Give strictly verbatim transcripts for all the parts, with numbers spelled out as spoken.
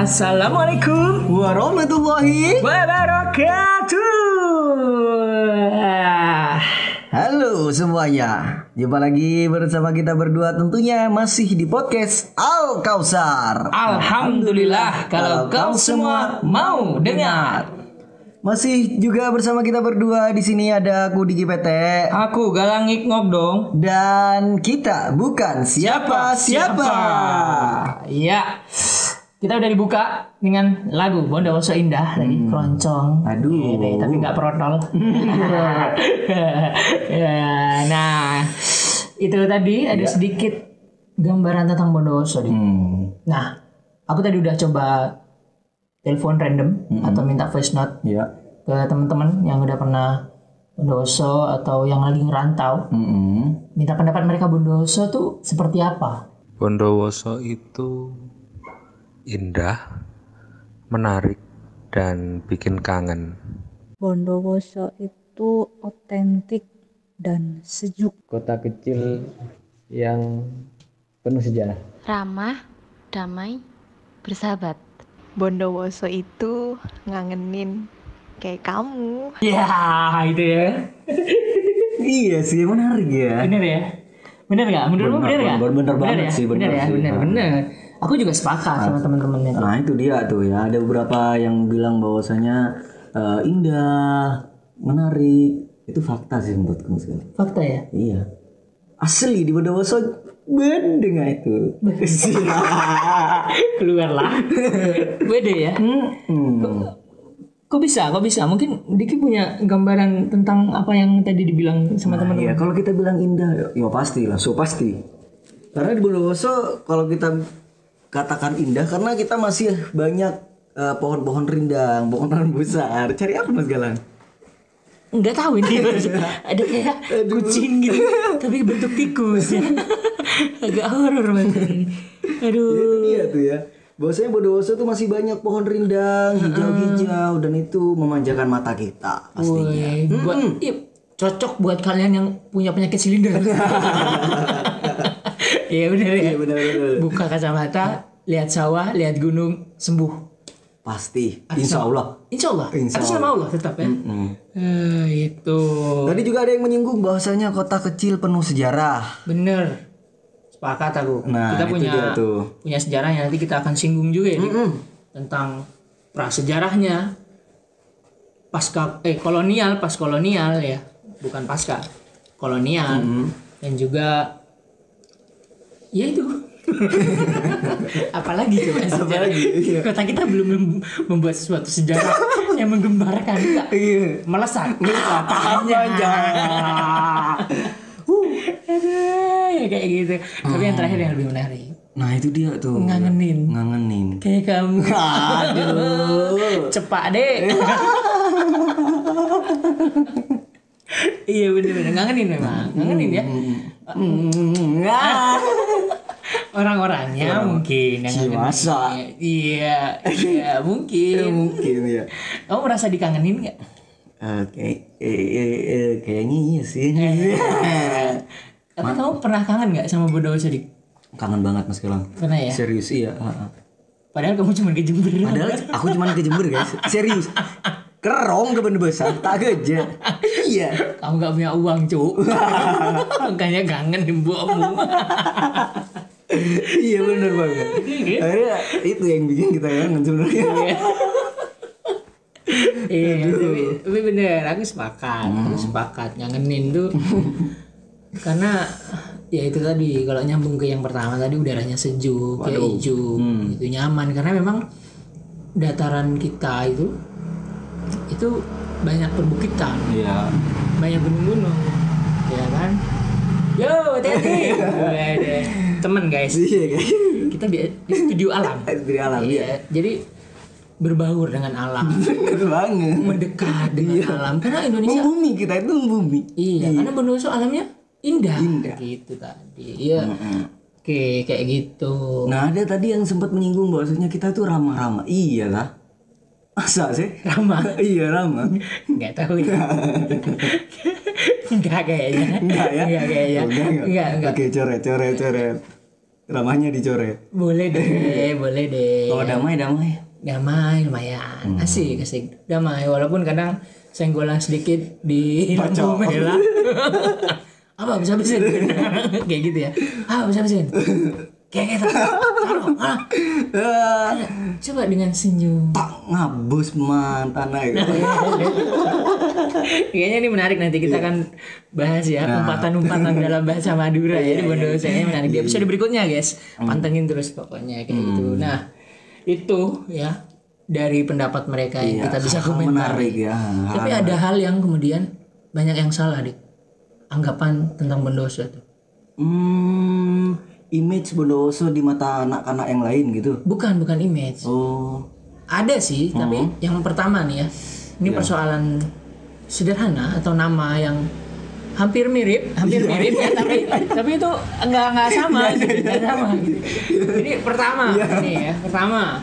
Assalamualaikum warahmatullahi wabarakatuh. Halo semuanya, jumpa lagi bersama kita berdua tentunya masih di podcast Al Kausar. Alhamdulillah kalau kau semua mau dengar. Masih juga bersama kita berdua di sini ada aku Diki P T, Aku Galang Ngok dong. dan kita bukan siapa-siapa. Iya. Kita udah dibuka dengan lagu Bondowoso Indah lagi hmm. keroncong. Aduh. Gede, tapi nggak protol. Ya, nah, itu tadi ada ya. sedikit gambaran tentang Bondowoso. Hmm. Nah, aku tadi udah coba telepon random hmm. atau minta voice note ya. ke teman-teman yang udah pernah Bondowoso atau yang lagi ngerantau. Hmm. Minta pendapat mereka Bondowoso tuh seperti apa? Bondowoso itu indah, menarik, dan bikin kangen. Bondowoso itu otentik dan sejuk. Kota kecil yang penuh sejarah. Ramah, damai, bersahabat. Bondowoso itu ngangenin kayak kamu. Ya, itu ya. Iya sih, menarik ya. Bener ya? Bener nggak? Menurutmu bener nggak? Bener, bener banget ya? sih, bener, bener ya, sih. bener, bener. Aku juga sepakat sama teman-temannya. Nah itu dia tuh ya, ada beberapa yang bilang bahwasanya uh, indah, menarik. Itu fakta sih menurutku sekali. Fakta ya? Iya. Asli di Bondowoso beda nggak itu? Keluarlah. Beda ya? Hmm. Kok, kok bisa? Kok bisa? Mungkin Diki punya gambaran tentang apa yang tadi dibilang sama nah, teman-teman. Iya, kalau kita bilang indah, ya pasti lah, so pasti. Karena di Bondowoso kalau kita katakan indah karena kita masih banyak uh, pohon-pohon rindang, pohon-pohon besar. Cari apa Mas Galang? Enggak tahu ini. Ada kayak kucing gitu, tapi bentuk tikus ya. Agak horor banget. Aduh. Ya, itu dia tuh ya. Bahwasanya Bondowoso tuh masih banyak pohon rindang, hijau-hijau, dan itu memanjakan mata kita pastinya. Woy, buat, iya, cocok buat kalian yang punya penyakit silinder. Iya benar ya. Iya benar benar. Buka kacamata, lihat sawah, lihat gunung, sembuh. Pasti. Insya Allah. Insya Allah. Insya Atas nama Allah tetap ya. Mm-hmm. Eh, itu. Tadi juga ada yang menyinggung bahwasanya kota kecil penuh sejarah. Bener. Sepakat aku. Nah, kita punya tuh. punya sejarah yang nanti kita akan singgung juga ya. Mm-hmm. Tentang prasejarahnya. Pasca eh kolonial, pas kolonial ya. Bukan pasca. Kolonial. Mm-hmm. Dan juga ya itu. Apalagi coba sejarah. Apalagi, iya. Kota kita belum membuat sesuatu sejarah yang menggembarkan, enggak? Iya. Melesat. Melesat. Aja. Aduh, ya kayak gitu. Hmm. Tapi yang terakhir yang lebih menarik. Nah itu dia tuh. Ngangenin. Ngangenin. Kayak kamu. Aduh. Cepat deh. Iya bener-bener ngangenin memang. Ngangenin ya. Enggak. Orang-orangnya Orang. mungkin yang si masa. Iya, iya mungkin. Ya, mungkin ya. Kamu merasa dikangenin nggak? Oke, okay. eh, eh, eh, kayaknya iya sih. Tapi kamu pernah kangen nggak sama Bondowoso dik? Kangen banget Mas Galang. Pernah ya? Serius iya. Padahal kamu cuma ke Jember. Padahal aku cuma ke Jember guys. Serius. Kerong ke Bondowoso tak aja. Iya. Kamu nggak punya uang cuk. Makanya kangen ibumu. Iya benar banget. Akhirnya itu yang bikin kita kangen sebenarnya. Iya, tapi, tapi bener, aku sepakat, hmm. aku sepakat ngangenin tuh karena ya itu tadi kalau nyambung ke yang pertama tadi udaranya sejuk, kayak hijau, hmm. itu nyaman karena memang dataran kita itu itu banyak perbukitan, ya. banyak gunung-gunung, ya kan? Yo, hati-hati. Temen guys. Iya, guys. Kita di studio alam. Studio alam. Iya. Jadi berbaur dengan alam. Betul banget. Mendekat dengan iya. alam. Karena Indonesia membumi, kita itu membumi. Iya, iya. Karena Bondowoso alamnya indah. Indah. Gitu tadi. Iya. Mm-hmm. Oke, kayak gitu. Nah, ada tadi yang sempat menyinggung bahwasanya kita tuh ramah-ramah. Iya lah. Masa sih? Ramah. Iya, ramah. Enggak tahu ya. Enggak kayaknya. Enggak ya? Enggak kayaknya. Enggak, enggak. Enggak, enggak. Oke, coret, coret, coret. Ramahnya dicoret. Boleh deh, boleh deh. Kalau damai damai. Damai lumayan. Asik, asik. Damai walaupun kadang senggolan sedikit di lampu merah. Apa bisa habisin? Kayak gitu ya. Ah, bisa habisin. Kayak gitu. Taruh, ah. Coba dengan senyum. Tak ngabus man tanah itu. Kayaknya ini menarik, nanti kita akan bahas ya umpatan-umpatan dalam bahasa Madura ya di Bondowosanya menarik di episode berikutnya guys. Pantengin terus pokoknya kayak gitu. Nah, itu ya dari pendapat mereka yang Iya, kita bisa hal komentar. menarik ya. Tapi ada hal yang kemudian banyak yang salah dik. Anggapan tentang Bondowoso itu. Hmm, image Bondowoso di mata anak-anak yang lain gitu. Bukan, bukan image. Oh. Ada sih, tapi yang pertama nih ya. Ini persoalan sederhana atau nama yang hampir mirip, hampir mirip ya, tapi tapi itu enggak enggak sama gitu, enggak sama gitu. Jadi pertama ini ya, pertama.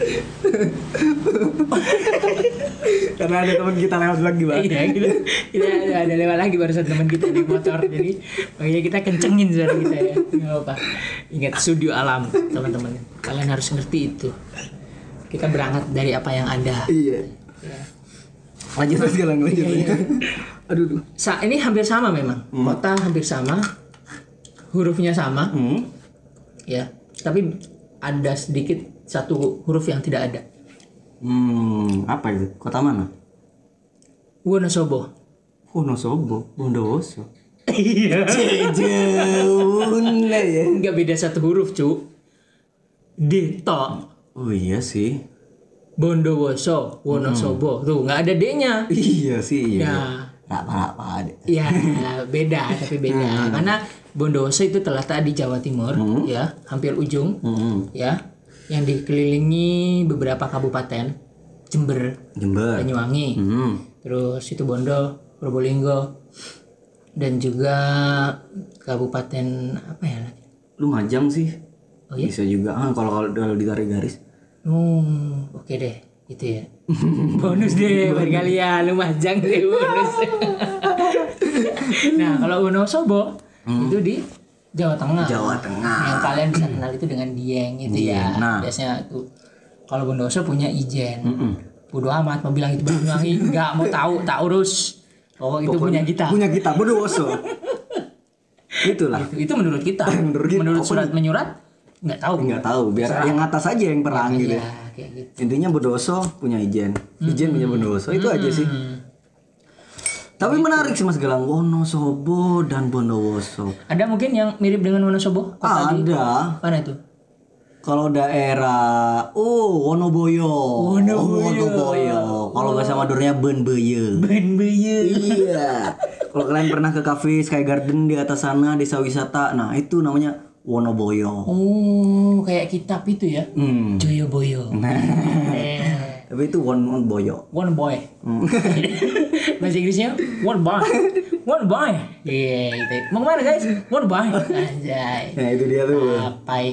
Karena ada teman kita lewat lagi bang. Iya gitu. Kita ada, ada lewat lagi barusan teman kita di motor. Jadi makanya kita kencengin suara kita ya. Enggak apa. Ingat studio alam teman-teman. Kalian harus ngerti itu. Kita berangkat dari apa yang ada. Iya. Ya. Lanjut terus sekarang lanjut. Iya, iya. Aduh, aduh. Sa ini hampir sama memang. Kota hampir sama. Hurufnya sama. Hmm. Ya. Tapi ada sedikit satu huruf yang tidak ada. Hmm, apa itu? Kota mana? Wonosobo. Wonosobo, Bondowoso. Iya. Jauh ya. Enggak beda satu huruf, Cuk. D tok. Oh iya sih. Bondowoso, Wonosobo. Tuh, nggak ada D-nya. Iya sih. Iya. Ya. Apa-apa deh. Ya, beda, tapi beda. Karena Bondowoso itu terletak di Jawa Timur, ya, hampir ujung, Hmm. ya, yang dikelilingi beberapa kabupaten, Jember, Jember. Banyuwangi, Hmm. terus Situbondo, Probolinggo, dan juga kabupaten apa ya? Lumajang sih. Oh iya? Bisa juga. Ah, kalau kalau kalau ditarik garis. Hmm, oke deh, itu ya. Bonus deh buat kalian, Lumajang deh bonus. Nah, kalau Wonosobo itu di Jawa Tengah. Jawa Tengah. Yang kalian bisa kenal itu dengan Dieng itu ya. Dieng, nah. Biasanya tuh kalau Bondowoso punya ijen. Mm-mm. Bodo amat mau bilang itu Banyuwangi, enggak mau tahu, tak urus. Oh, itu punya kita. Punya kita Bondowoso. Itulah. Itu, itu menurut kita. Menurut kita. Menurut surat menyurat enggak tahu. Enggak tahu, biar Terserah. yang atas aja yang perang gitu. Iya, kayak gitu. Intinya Bondowoso punya ijen. Ijen punya Bondowoso. Itu aja sih. Tapi menarik sih Mas Galang, Wonosobo dan Bondowoso. Ada mungkin yang mirip dengan Wonosobo? Kota di- Ada. Mana itu? Kalau daerah oh Wonoboyo. Wonoboyo. Oh, Wonoboyo. Kalau bahasa Maduranya Benbeye. Ben Beye. Iya. Kalau kalian pernah ke cafe Sky Garden di atas sana, desa wisata, nah itu namanya Wonoboyo. Oh, kayak kitab itu ya. Hmm. Joyoboyo. Nah, Eh, tapi itu Wonoboyo. one boy. Bahasa Inggrisnya one boy. One boy. Iya, gitu. Mau kemana guys? One boy. Anjay. Nah, itu dia tuh. Apa?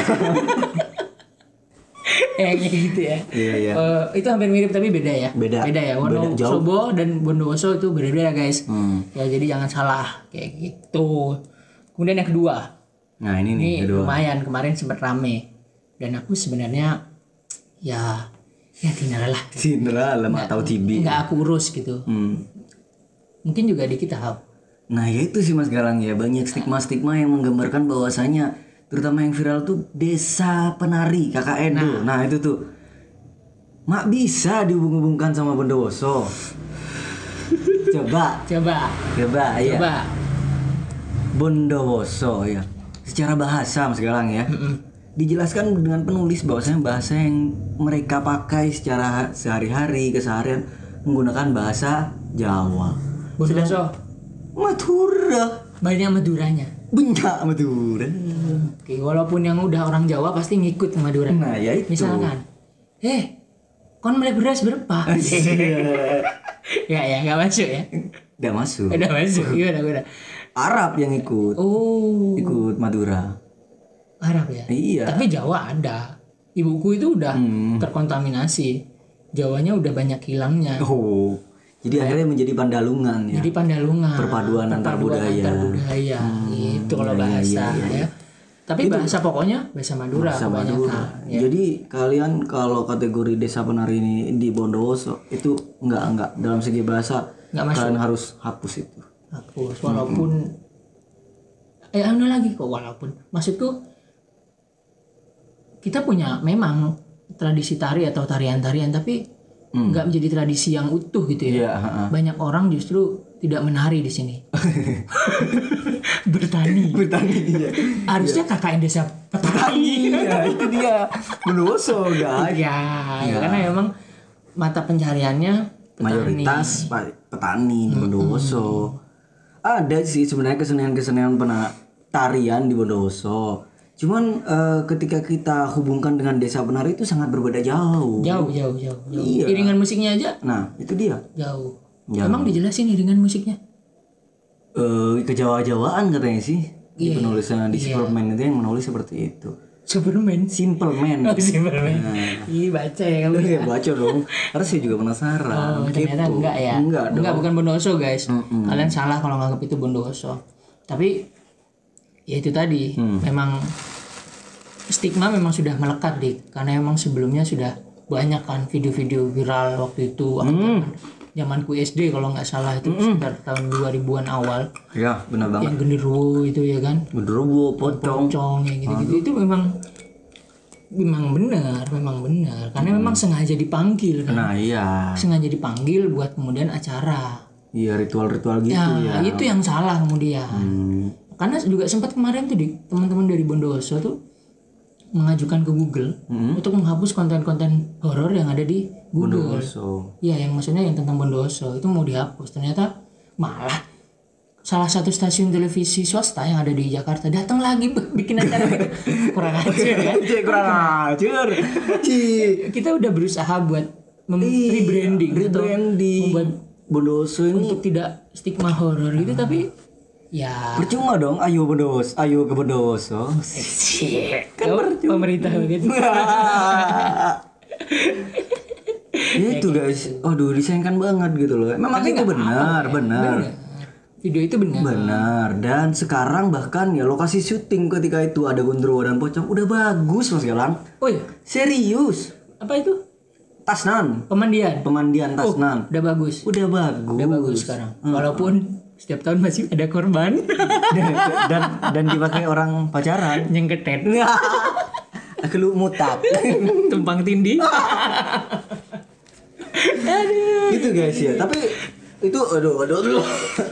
Eh kayak gitu ya. Iya, iya. Eh, itu hampir mirip tapi beda ya. Beda. Beda ya. Beda, jauh. Wonosobo dan Bondowoso itu beda-beda guys. Hmm. Ya jadi jangan salah kayak gitu. Kemudian yang kedua. Nah, ini nih Ini kedua. lumayan kemarin sempat rame. Dan aku sebenarnya ya ya tinggallah. Cinderella atau Cibi. Nggak aku urus gitu. Hmm. Mungkin juga di kita hal. Nah, ya itu sih Mas Galang ya, banyak stigma-stigma yang menggambarkan bahwasanya terutama yang viral tuh desa penari K K N tuh. Nah, itu tuh. Mak bisa dihubung-hubungkan sama Bondowoso. Coba, Coba. coba ya. Coba. Bondowoso ya. Secara bahasa Mas Galang ya. Dijelaskan dengan penulis bahwasanya bahasa yang mereka pakai secara sehari-hari keseharian menggunakan bahasa Jawa. Bondowoso. Madura. Banyak Maduranya. Banyak Madura. Oke, walaupun yang udah orang Jawa pasti ngikut ke Madura. Nah, ya itu. Misalkan, eh, kon beli beras berapa? ya ya, nggak masuk ya. Udah masuk. Udah masuk, gimana gimana? Arab yang ikut. Oh, Ikut Madura. Arab ya. Iya. Tapi Jawa ada. Ibuku itu udah Hmm. terkontaminasi. Jawanya udah banyak hilangnya. Oh. Jadi akhirnya menjadi Pandalungan ya. Jadi Pandalungan. Perpaduan antar budaya. Antar budaya. Gitu kalau iya, bahasa iya, iya. ya. Tapi bahasa pokoknya bahasa Madura Bahasa kebanyakan. Madura. Ya. Jadi kalian kalau kategori desa penari ini di Bondowoso itu enggak enggak dalam segi bahasa Nggak masuk. kalian harus hapus itu. Hapus walaupun eh anu lagi kok walaupun maksudku kita punya memang tradisi tari atau tarian-tarian tapi nggak menjadi tradisi yang utuh gitu ya. Iya, ha-ha. Banyak orang justru tidak menari di sini. Bertani. Bertani iya. Harusnya K K N desa petani. Iya, itu dia. Bondowoso, guys. Ya, ya, karena memang mata pencariannya petani. Mayoritas pa- petani di Bondowoso. Ada sih sebenarnya kesenian-kesenian pena tarian di Bondowoso. Cuman eh, ketika kita hubungkan dengan desa penari itu sangat berbeda jauh. Jauh, jauh, jauh, jauh. Iya. Iringan musiknya aja Nah, itu dia. jauh. Jauh. Emang dijelasin iringan musiknya? Eh kejawa-jawaan katanya sih. Di Iya. penulisan di Iya. Superman itu yang menulis seperti itu. Superman. Simple Man. Oh, Superman. Ih, baca ya kalau Iya ya. baca dong. Harus saya juga penasaran. Oh, ternyata Gitu. enggak ya? Enggak dong. Enggak, bukan Bondowoso, guys. Kalian salah kalau nganggap itu Bondowoso. Tapi ya itu tadi, Hmm. memang stigma memang sudah melekat, Dik. Karena memang sebelumnya sudah banyak kan video-video viral waktu itu. Hmm. Zamanku S D kalau nggak salah itu sekitar tahun dua ribuan awal. Ya benar banget. Yang genderuwo itu ya kan. Genderuwo, pocong. Pocong yang gitu-gitu itu memang memang benar, memang benar. Karena memang sengaja dipanggil kan. Nah iya. Sengaja dipanggil buat kemudian acara. Iya ritual-ritual gitu Ya, ya. itu yang salah kemudian. Hmm. Karena juga sempat kemarin tuh di teman-teman dari Bondowoso tuh mengajukan ke Google Hmm. untuk menghapus konten-konten horor yang ada di Google. Bondowoso. Iya, yang maksudnya yang tentang Bondowoso itu mau dihapus. Ternyata malah salah satu stasiun televisi swasta yang ada di Jakarta datang lagi b- bikin acara gitu. Kurang ajar ya. Cek kurang ajar. Cik. Kita udah berusaha buat mem- rebranding, gitu. Rebranding. Membuat Bondowoso ini untuk tidak stigma horor gitu, tapi ya percuma dong. Ayo Bondowoso, ayo ke Bondowoso. kan pemerintah begitu. Ya itu guys. Aduh disayangkan banget gitu loh. Memang Tapi itu nggak benar, apa-apa ya. benar. Video itu benar. Benar. Dan sekarang bahkan ya lokasi syuting ketika itu ada Gondrowo dan Pocong udah bagus Mas Galang. Oh iya, Serius. apa itu? Tasnan. Pemandian. Pemandian Tasnan. Udah bagus. Udah bagus. Udah bagus sekarang. Walaupun setiap tahun masih ada korban dan, dan dan dipakai orang pacaran. yang ketet, Aku lu mutak. tumpang tindih. Gitu guys ya. Tapi itu aduh aduh aduh.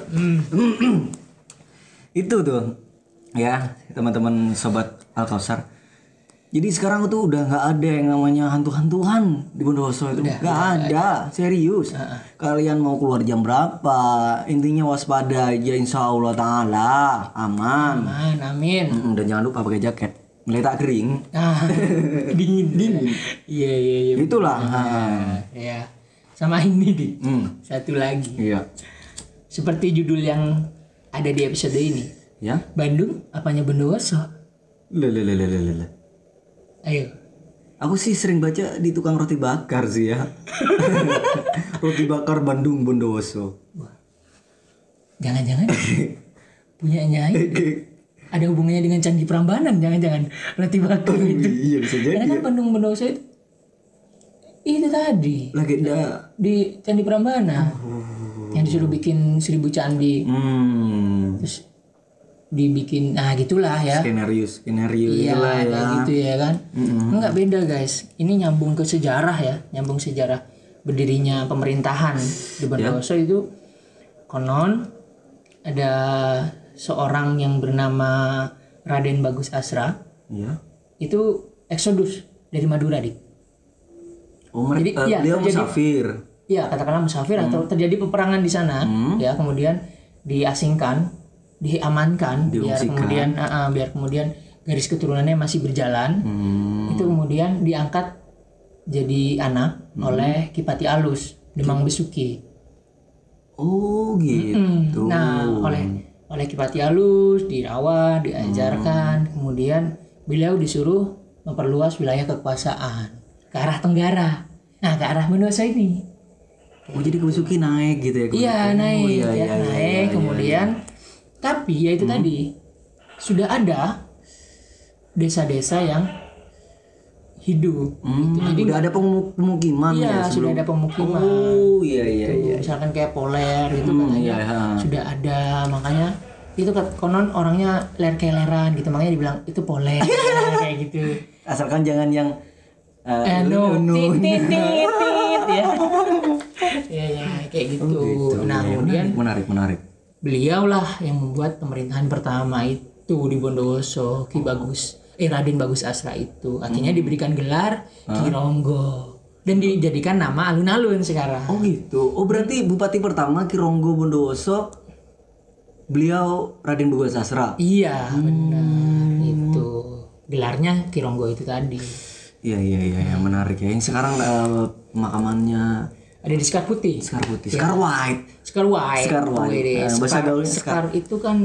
Itu tuh ya teman-teman sobat Al-Kausar. Jadi sekarang tuh udah nggak ada yang namanya hantu-hantuan di Bondowoso itu. Nggak ada, serius. Kalian mau keluar jam berapa? Intinya waspada aja, insya Allah Taala aman. Aman, amin. Mm, dan jangan lupa pakai jaket, meletak kering. Ah, dingin, dingin. Iya, iya, iya. Itulah. Nah, ya. Sama ini di Hmm, satu lagi. iya. Seperti judul yang ada di episode ini. Ya. Bandung, apanya Bondowoso? Lelelelelelele. Ayo. Aku sih sering baca di tukang roti bakar sih ya. Roti bakar Bandung Bondowoso. Jangan-jangan punya Nyai ada hubungannya dengan Candi Prambanan, jangan-jangan roti bakar itu. Iya bisa jadi. Karena kan Bandung Bondowoso itu itu tadi Legenda. di Candi Prambanan yang disuruh bikin seribu candi, Hmm. terus dibikin, nah gitulah ya. Skenario skenario Iya, itulah ya. kayak gitu ya kan. Enggak beda guys. Ini nyambung ke sejarah ya, nyambung sejarah berdirinya pemerintahan di Bondowoso itu. Konon ada seorang yang bernama Raden Bagus Asra Iya. itu eksodus dari Madura, Dik. Oh, mer- Jadi, eh, iya, beliau terjadi- musafir. Ya, katakanlah musafir atau terjadi peperangan di sana, ya kemudian diasingkan, diamankan, biar Diungsikan. kemudian, ah, ah, biar kemudian garis keturunannya masih berjalan. Hmm. Itu kemudian diangkat jadi anak oleh Kipati Alus Demang Besuki. Oh gitu. Hmm, Nah, oleh oleh Kipati Alus dirawat, diajarkan, kemudian beliau disuruh memperluas wilayah kekuasaan ke arah Tenggara. Nah, ke arah Bondowoso ini. Oh jadi Kebesuki naik gitu ya? Iya, Kebesuki. naik, Oh, iya, ya, iya, naik. iya, iya, Hmm. kemudian, tapi ya itu tadi sudah ada sudah ada seorang yang bernama Raden Bagus Asra. Itu eksodus dari Madura, Dik. Jadi dia jadi eksodus dari Madura. kemudian diangkat jadi anak oleh Kipati Alus Demang Besuki. Oh, gitu. Nah, oleh oleh Kipati Alus dirawat, diajarkan, kemudian beliau disuruh memperluas wilayah kekuasaan ke arah Tenggara. Nah, ke arah Bondowoso ini. Oh jadi Kebesuki naik gitu ya? Iya iya iya. iya. Tapi ya itu tadi sudah ada sudah ada desa-desa yang hidup. Hmm, gitu. Jadi udah ada pemu- pemukiman iya, ya sudah sebelum. ada pemukiman. Oh iya iya Gitu. iya. Misalkan kayak Poler gitu Hmm, katanya iya, ha. sudah ada, makanya itu kat- konon orangnya ler-keleran gitu, makanya dibilang itu Poler kayak gitu. Asalkan jangan yang uh, Eh no, no. tit tit tit tit ya. Ya ya kayak gitu. Oh, gitu. Nah, Iya, kemudian menarik menarik. beliaulah yang membuat pemerintahan pertama itu di Bondowoso, Ki Bagus eh Raden Bagus Asra itu. Akhirnya Hmm. diberikan gelar Ki Ronggo dan dijadikan nama alun-alun sekarang. Oh gitu. Oh berarti bupati pertama Ki Ronggo Bondowoso beliau Raden Bagus Asra. Iya, Hmm. benar. Itu gelarnya Ki Ronggo itu tadi. Iya iya iya yang menarik ya. Yang sekarang uh, pemakamannya Ada di Sekar Putih. Sekar Putih, Sekar White. Sekar White. Sekar White. Wede. Eh, bahasa Sekar, gaulnya Sekar itu kan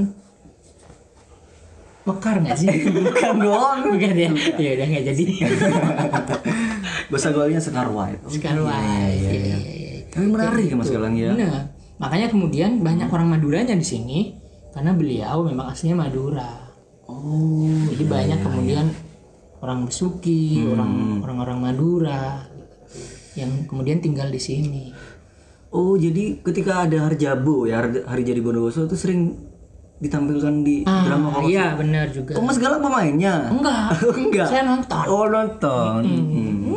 mekar nggak sih? Bukan dong. Bukan ya? Ya udah nggak jadi. Bahasa gaulnya Sekar White. Oh, Sekar iya, White. iya, iya, iya. Tapi menarik ya Mas Galang ya. Benar. Makanya kemudian banyak orang Maduranya di sini karena beliau memang aslinya Madura. Oh. Jadi banyak kemudian orang Besuki, Hmm. orang orang-orang Madura yang kemudian tinggal di sini. Oh jadi ketika ada hari Jabo ya hari, hari jadi Bondowoso itu sering ditampilkan di drama Ah, kalau iya benar juga. Oh Mas Galang pemainnya? Enggak. Enggak. Saya nonton. Oh nonton. Hmm.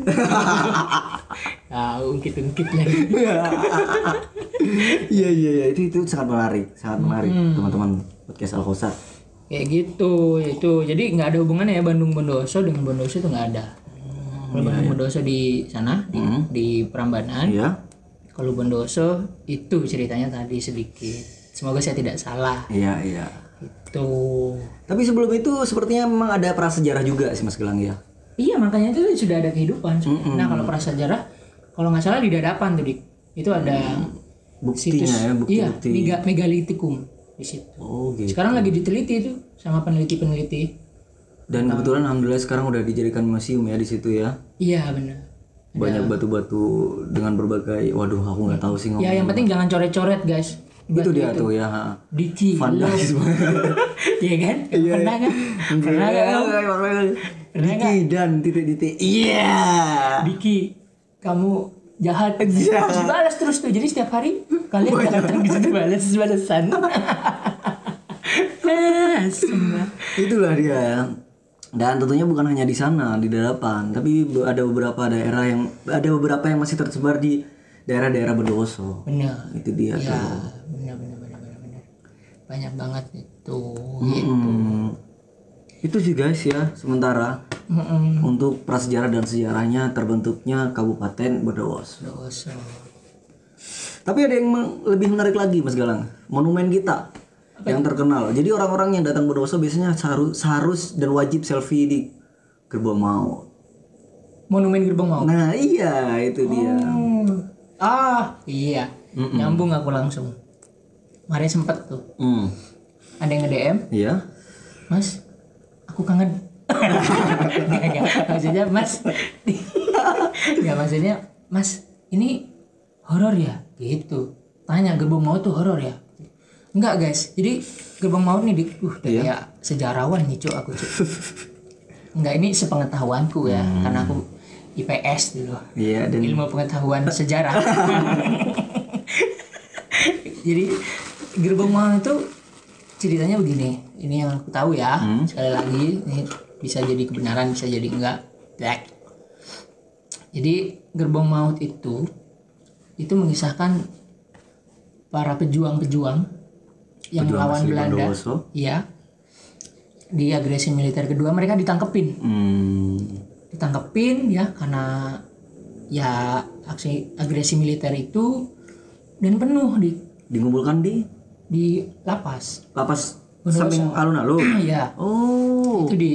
Ah, ungkit-ungkit lagi. Iya iya iya itu itu sangat menarik, sangat menarik teman-teman podcast Alkosa. Kayak gitu, itu. Jadi nggak ada hubungannya ya Bandung Bondowoso dengan Bondowoso itu nggak ada. Kalau Bandung Bondowoso di sana di, di Prambanan. Iya. Kalau Bondowoso itu ceritanya tadi sedikit. Semoga saya tidak salah. Iya iya. Itu. Tapi sebelum itu sepertinya memang ada prasejarah juga sih Mas Galang ya. Iya makanya itu sudah ada kehidupan. Nah kalau prasejarah, kalau nggak salah di Dadapan tuh Dik. Itu ada Buktinya situs, ya, bukti-bukti. Iya, mega, megalitikum di situ. Oh gitu. Sekarang lagi diteliti itu sama peneliti-peneliti. Dan kebetulan alhamdulillah sekarang udah dijadikan museum ya di situ ya. Iya benar. Banyak batu-batu dengan berbagai waduh aku nggak tahu sih ngomong. Ya yang penting jangan coret-coret guys. itu dia tuh ya. ha. Diki, Vandalisme. iya kan? Pernah kan? Pernah kan? kamu? Diki dan titik-titik. Iya. Diki, kamu jahat. Terus balas terus tuh. Jadi setiap hari kalian datang di situ balas balasan. Semua. Itulah dia ya. Dan tentunya bukan hanya di sana di Dadapan, tapi be- ada beberapa daerah yang ada beberapa yang masih tersebar di daerah-daerah Bondowoso. Benar. Itu dia Ya, tuh. benar benar benar benar benar. Banyak banget itu. Gitu. Hmm. Itu sih guys ya sementara Mm-mm. untuk prasejarah dan sejarahnya terbentuknya Kabupaten Bondowoso. Bondowoso. Tapi ada yang me- lebih menarik lagi Mas Galang, monumen kita yang terkenal. Jadi orang-orang yang datang Bondowoso biasanya harus harus dan wajib selfie di Gerbang Maut. Monumen Gerbang Maut. Nah iya itu dia. Hmm. Ah, iya. Nyambung aku langsung. Kemarin sempet tuh. Hmm. Ada yang nge-D M, Iya. Mas, aku kangen. Gak, gak. Maksudnya Mas. Gak maksudnya Mas, ini horor ya? Gitu. Tanya Gerbang Maut tuh horor ya? Enggak guys. Jadi Gerbang Maut nih, Dik. Uh, udah kayak sejarawan nih Cuk aku Cuk. Enggak, ini sepengetahuanku ya. Karena aku I P S dulu. Iya dan Ilmu pengetahuan sejarah. Jadi Gerbang Maut itu ceritanya begini. Ini yang aku tahu ya. Sekali lagi ini bisa jadi kebenaran, bisa jadi enggak. Black. Jadi Gerbang Maut itu itu mengisahkan para pejuang-pejuang yang Pejuang melawan asli Belanda. Bondowoso. Iya. Di agresi militer kedua mereka ditangkepin. hmm. Ditangkepin ya karena ya aksi agresi militer itu dan penuh di Dikumpulkan di di lapas. lapas Bondowoso. samping alun-alun. Ya, Oh. itu di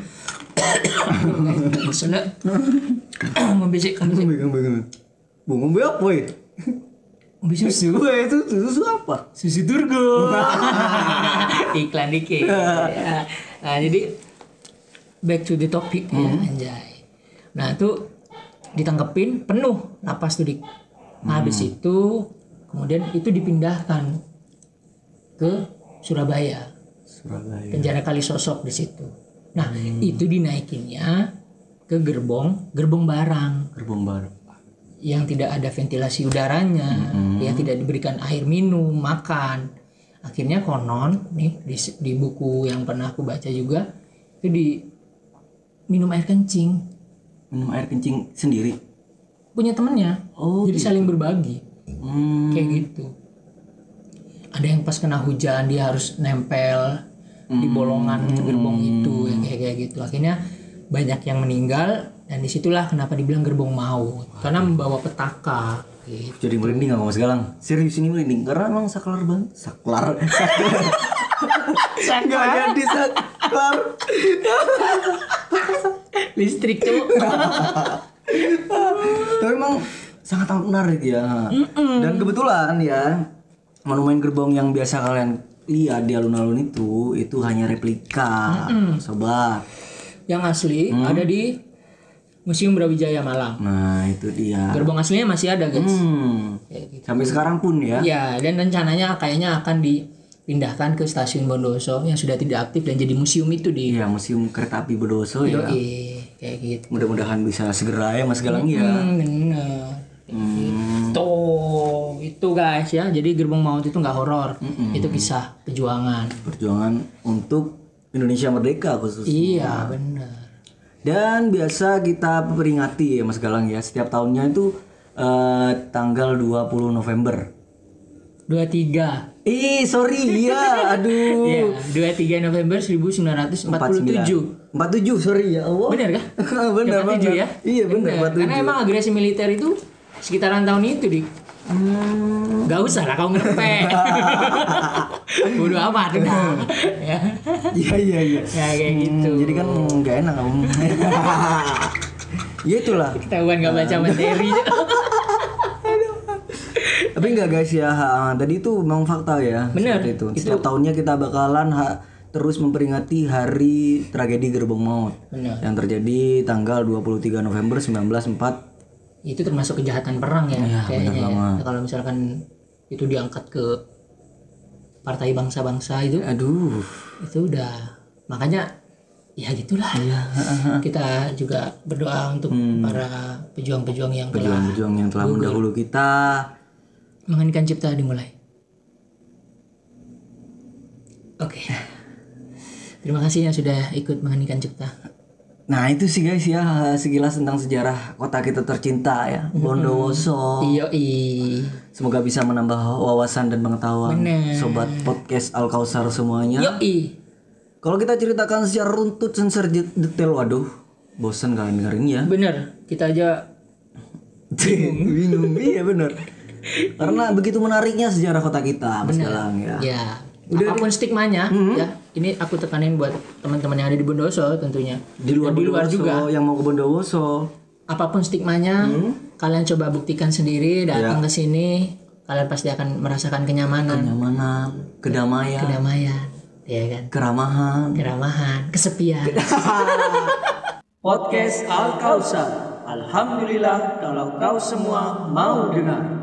Sudah membisik membisik Bingung bingung. Bu ngombe apa ya? ngombe susu. Wah itu susu apa? Susu Turgo. Iklan dikit. Ya. Nah, jadi back to the topic ya, anjay. Nah, itu ditangkepin penuh lapas tuh dik. Nah, habis itu kemudian itu dipindahkan ke Surabaya. Surabaya. Penjara Kalisosok di situ. Nah itu dinaikinnya ke gerbong gerbong barang Gerbong baru. yang tidak ada ventilasi udaranya, Hmm. yang tidak diberikan air minum, makan. Akhirnya konon nih di, di buku yang pernah aku baca juga itu di minum air kencing Minum air kencing sendiri. punya temennya. Oh, Jadi gitu. saling berbagi Hmm. kayak gitu. Ada yang pas kena hujan dia harus nempel di bolongan gerbong itu yang kayak kayak gitu. Akhirnya banyak yang meninggal dan disitulah kenapa dibilang gerbong maut karena membawa petaka. Gitu. Jadi merinding sama Mas Galang. Serius ini merinding karena emang saklar banget. Saklar. Saklar. Nggak jadi saklar. Listrik tuh. Tapi emang sangat amat menarik ya. Dan kebetulan ya monumen gerbong yang biasa kalian lihat di alun-alun itu itu hanya replika, sobat. Yang asli ada di Museum Brawijaya Malang. Nah itu dia. Gerbong aslinya masih ada guys. Hmm. Kayak gitu. Sampai sekarang pun ya. Ya dan rencananya kayaknya akan dipindahkan ke Stasiun Bondowoso yang sudah tidak aktif dan jadi museum itu di. Iya, Museum Kereta Api Bondowoso ya. Yoi, kayak gitu. Mudah-mudahan bisa segera ya Mas Galang ya. Hmm, bener. Hmm. Tuh, itu guys ya. Jadi gerbong maut itu nggak horor. Itu kisah perjuangan. Perjuangan untuk Indonesia merdeka khususnya. Iya, bener. Dan biasa kita peringati ya Mas Galang ya. Setiap tahunnya itu eh, tanggal dua puluh November. dua puluh tiga. Ih, sorry ya. Aduh. Iya, dua puluh tiga November seribu sembilan ratus empat puluh tujuh. empat puluh tujuh, sorry ya Allah. Bener kah? Bener empat puluh tujuh banget. ya? Iya, bener empat puluh tujuh. Karena emang agresi militer itu sekitaran tahun itu di. Hmm. Gak usah lah kau ngerepek. Bodoh amat udah. Ya. Iya, iya, iya. Ya kayak gitu. Jadi kan nggak enak kamu. Ya itulah. Ketahuan gak baca materi. Tapi enggak guys ya, ha, tadi itu memang fakta ya. Bener, Seperti itu. itu- Setiap tahunnya kita bakalan ha, terus memperingati hari tragedi Gerbong Maut. Bener. Yang terjadi tanggal dua puluh tiga November seribu sembilan ratus empat. Itu termasuk kejahatan perang ya, Iya, kayaknya. bener Ya. banget. Kalau misalkan itu diangkat ke partai bangsa-bangsa itu, Aduh. itu udah makanya ya gitulah. Iya, Kita juga berdoa untuk para pejuang-pejuang yang telah Pejuang-pejuang yang telah mendahulu kita. Mengheningkan Cipta dimulai. Oke. Terima kasih yang sudah ikut Mengheningkan Cipta. Nah itu sih guys ya, sekilas tentang sejarah kota kita tercinta ya, Bondowoso. Iyo i. Semoga bisa menambah wawasan dan pengetahuan Bener. sobat podcast Al Kausar semuanya. Yo i. Kalau kita ceritakan secara runtut dan secara detail, waduh, bosan kalian dengerinnya. Bener. Kita aja Bingung, iya bener. Karena begitu menariknya sejarah kota kita, Mas Bener. Galang ya. ya. Apapun stigmanya ya. Ini aku tekanin buat teman-teman yang ada di Bondowoso tentunya. Di luar, Dan di luar Bondowoso, juga. yang mau ke Bondowoso. Apapun stigmanya, kalian coba buktikan sendiri, datang ke sini, kalian pasti akan merasakan kenyamanan, Kenyamanan, kedamaian, kedamaian, ya kan? keramahan. Keramahan, kesepian. Podcast Al Kausar. Alhamdulillah kalau kau semua mau dengar.